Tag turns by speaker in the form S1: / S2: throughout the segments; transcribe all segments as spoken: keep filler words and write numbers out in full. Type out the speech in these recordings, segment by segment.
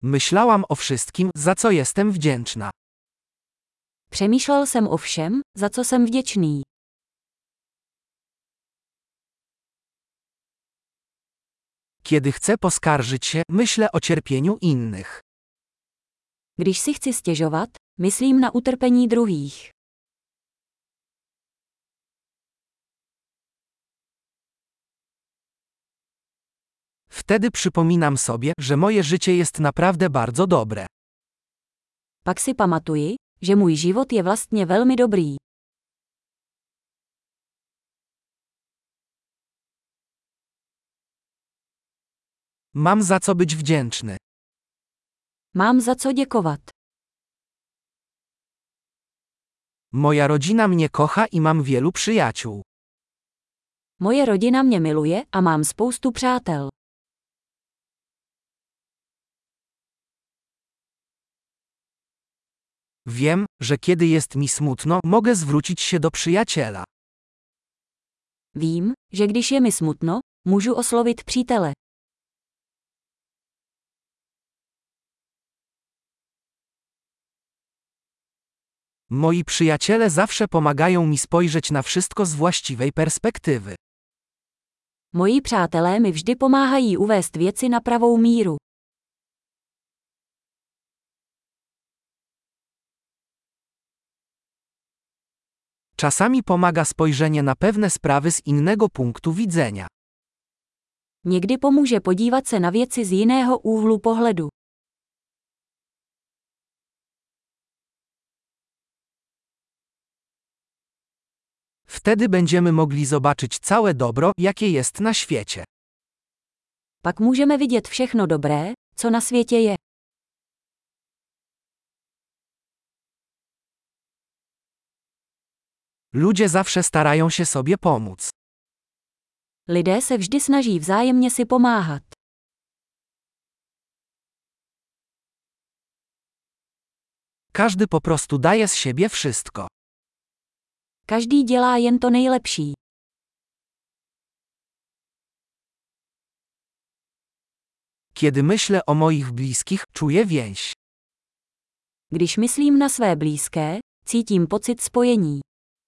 S1: Myślałam o wszystkim, za co jestem wdzięczna.
S2: Přemýšlel jsem o všem, za co jsem vděčný.
S1: Kiedy chcę poskarżyć się, myślę o cierpieniu innych.
S2: Když si chci stěžovat, myslím na utrpení druhých.
S1: Wtedy przypominam sobie, że moje życie jest naprawdę bardzo dobre.
S2: Pak si pamatuji, že můj život je vlastně velmi dobrý.
S1: Mam za co być wdzięczny.
S2: Mám za co děkovat.
S1: Moja rodzina mnie kocha i mam wielu przyjaciół.
S2: Moje rodina mě miluje a mám spoustu přátel.
S1: Wiem, że kiedy jest mi smutno, mogę zwrócić się do przyjaciela.
S2: Vím, že když je mi smutno, můžu oslovit přítele.
S1: Moi przyjaciele zawsze pomagają mi spojrzeć na wszystko z właściwej perspektywy.
S2: Moji přátelé mi vždy pomáhají uvést věci na pravou míru.
S1: Czasami pomaga spojrzenie na pewne sprawy z innego punktu widzenia.
S2: Někdy pomůže podívat se na věci z jiného úhlu pohledu.
S1: Wtedy będziemy mogli zobaczyć całe dobro, jakie jest na świecie.
S2: Pak můžeme vidět všechno dobré, co na světě je.
S1: Ludzie zawsze starają się sobie pomóc.
S2: Lidé se vždy snaží vzájemně si pomáhat.
S1: Każdy po prostu daje z siebie wszystko.
S2: Každý dělá jen to nejlepší.
S1: Kiedy myślę o moich bliskich, czuję więź.
S2: Když myslím na své blízké, cítím pocit spojení.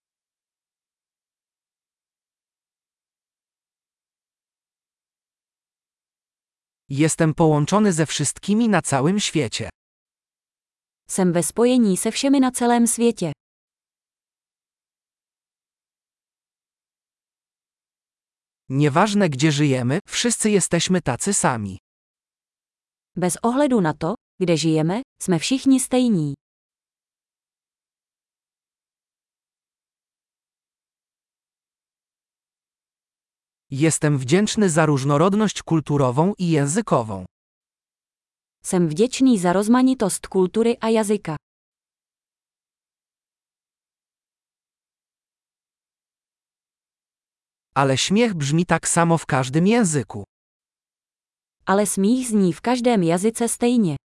S1: Jestem połączony ze wszystkimi na całym świecie.
S2: Jsem ve spojení se všemi na celém světě.
S1: Nieważne gdzie żyjemy, wszyscy jesteśmy tacy sami.
S2: Bez ohledu na to, kde žijeme, jsme všichni stejní.
S1: Jestem wdzięczny za różnorodność kulturową i językową.
S2: Jsem vděčný za rozmanitost kultury a jazyka.
S1: Ale śmiech brzmi tak samo w każdym języku.
S2: Ale smích zní v každém jazyce stejně.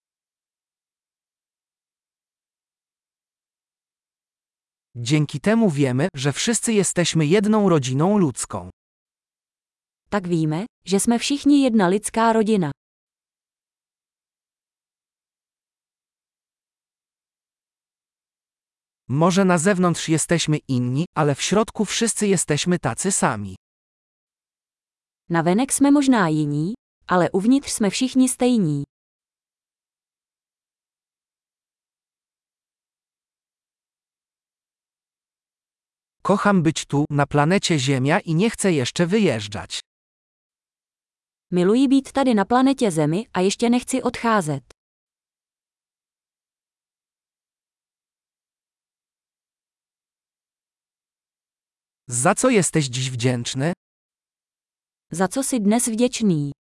S1: Dzięki temu wiemy, że wszyscy jesteśmy jedną rodziną ludzką.
S2: Tak víme, že jsme všichni jedna lidská rodina.
S1: Może na zewnątrz jesteśmy inni, ale w środku wszyscy jesteśmy tacy sami.
S2: Navenek jsme možná jiní, ale uvnitř jsme všichni stejní.
S1: Kocham być tu, na planecie Ziemia i nie chcę jeszcze wyjeżdżać.
S2: Miluji být tady na planetě Zemi a ještě nechci odcházet.
S1: Za co jesteś dziś wdzięczny?
S2: Za co jsi dnes vděčný?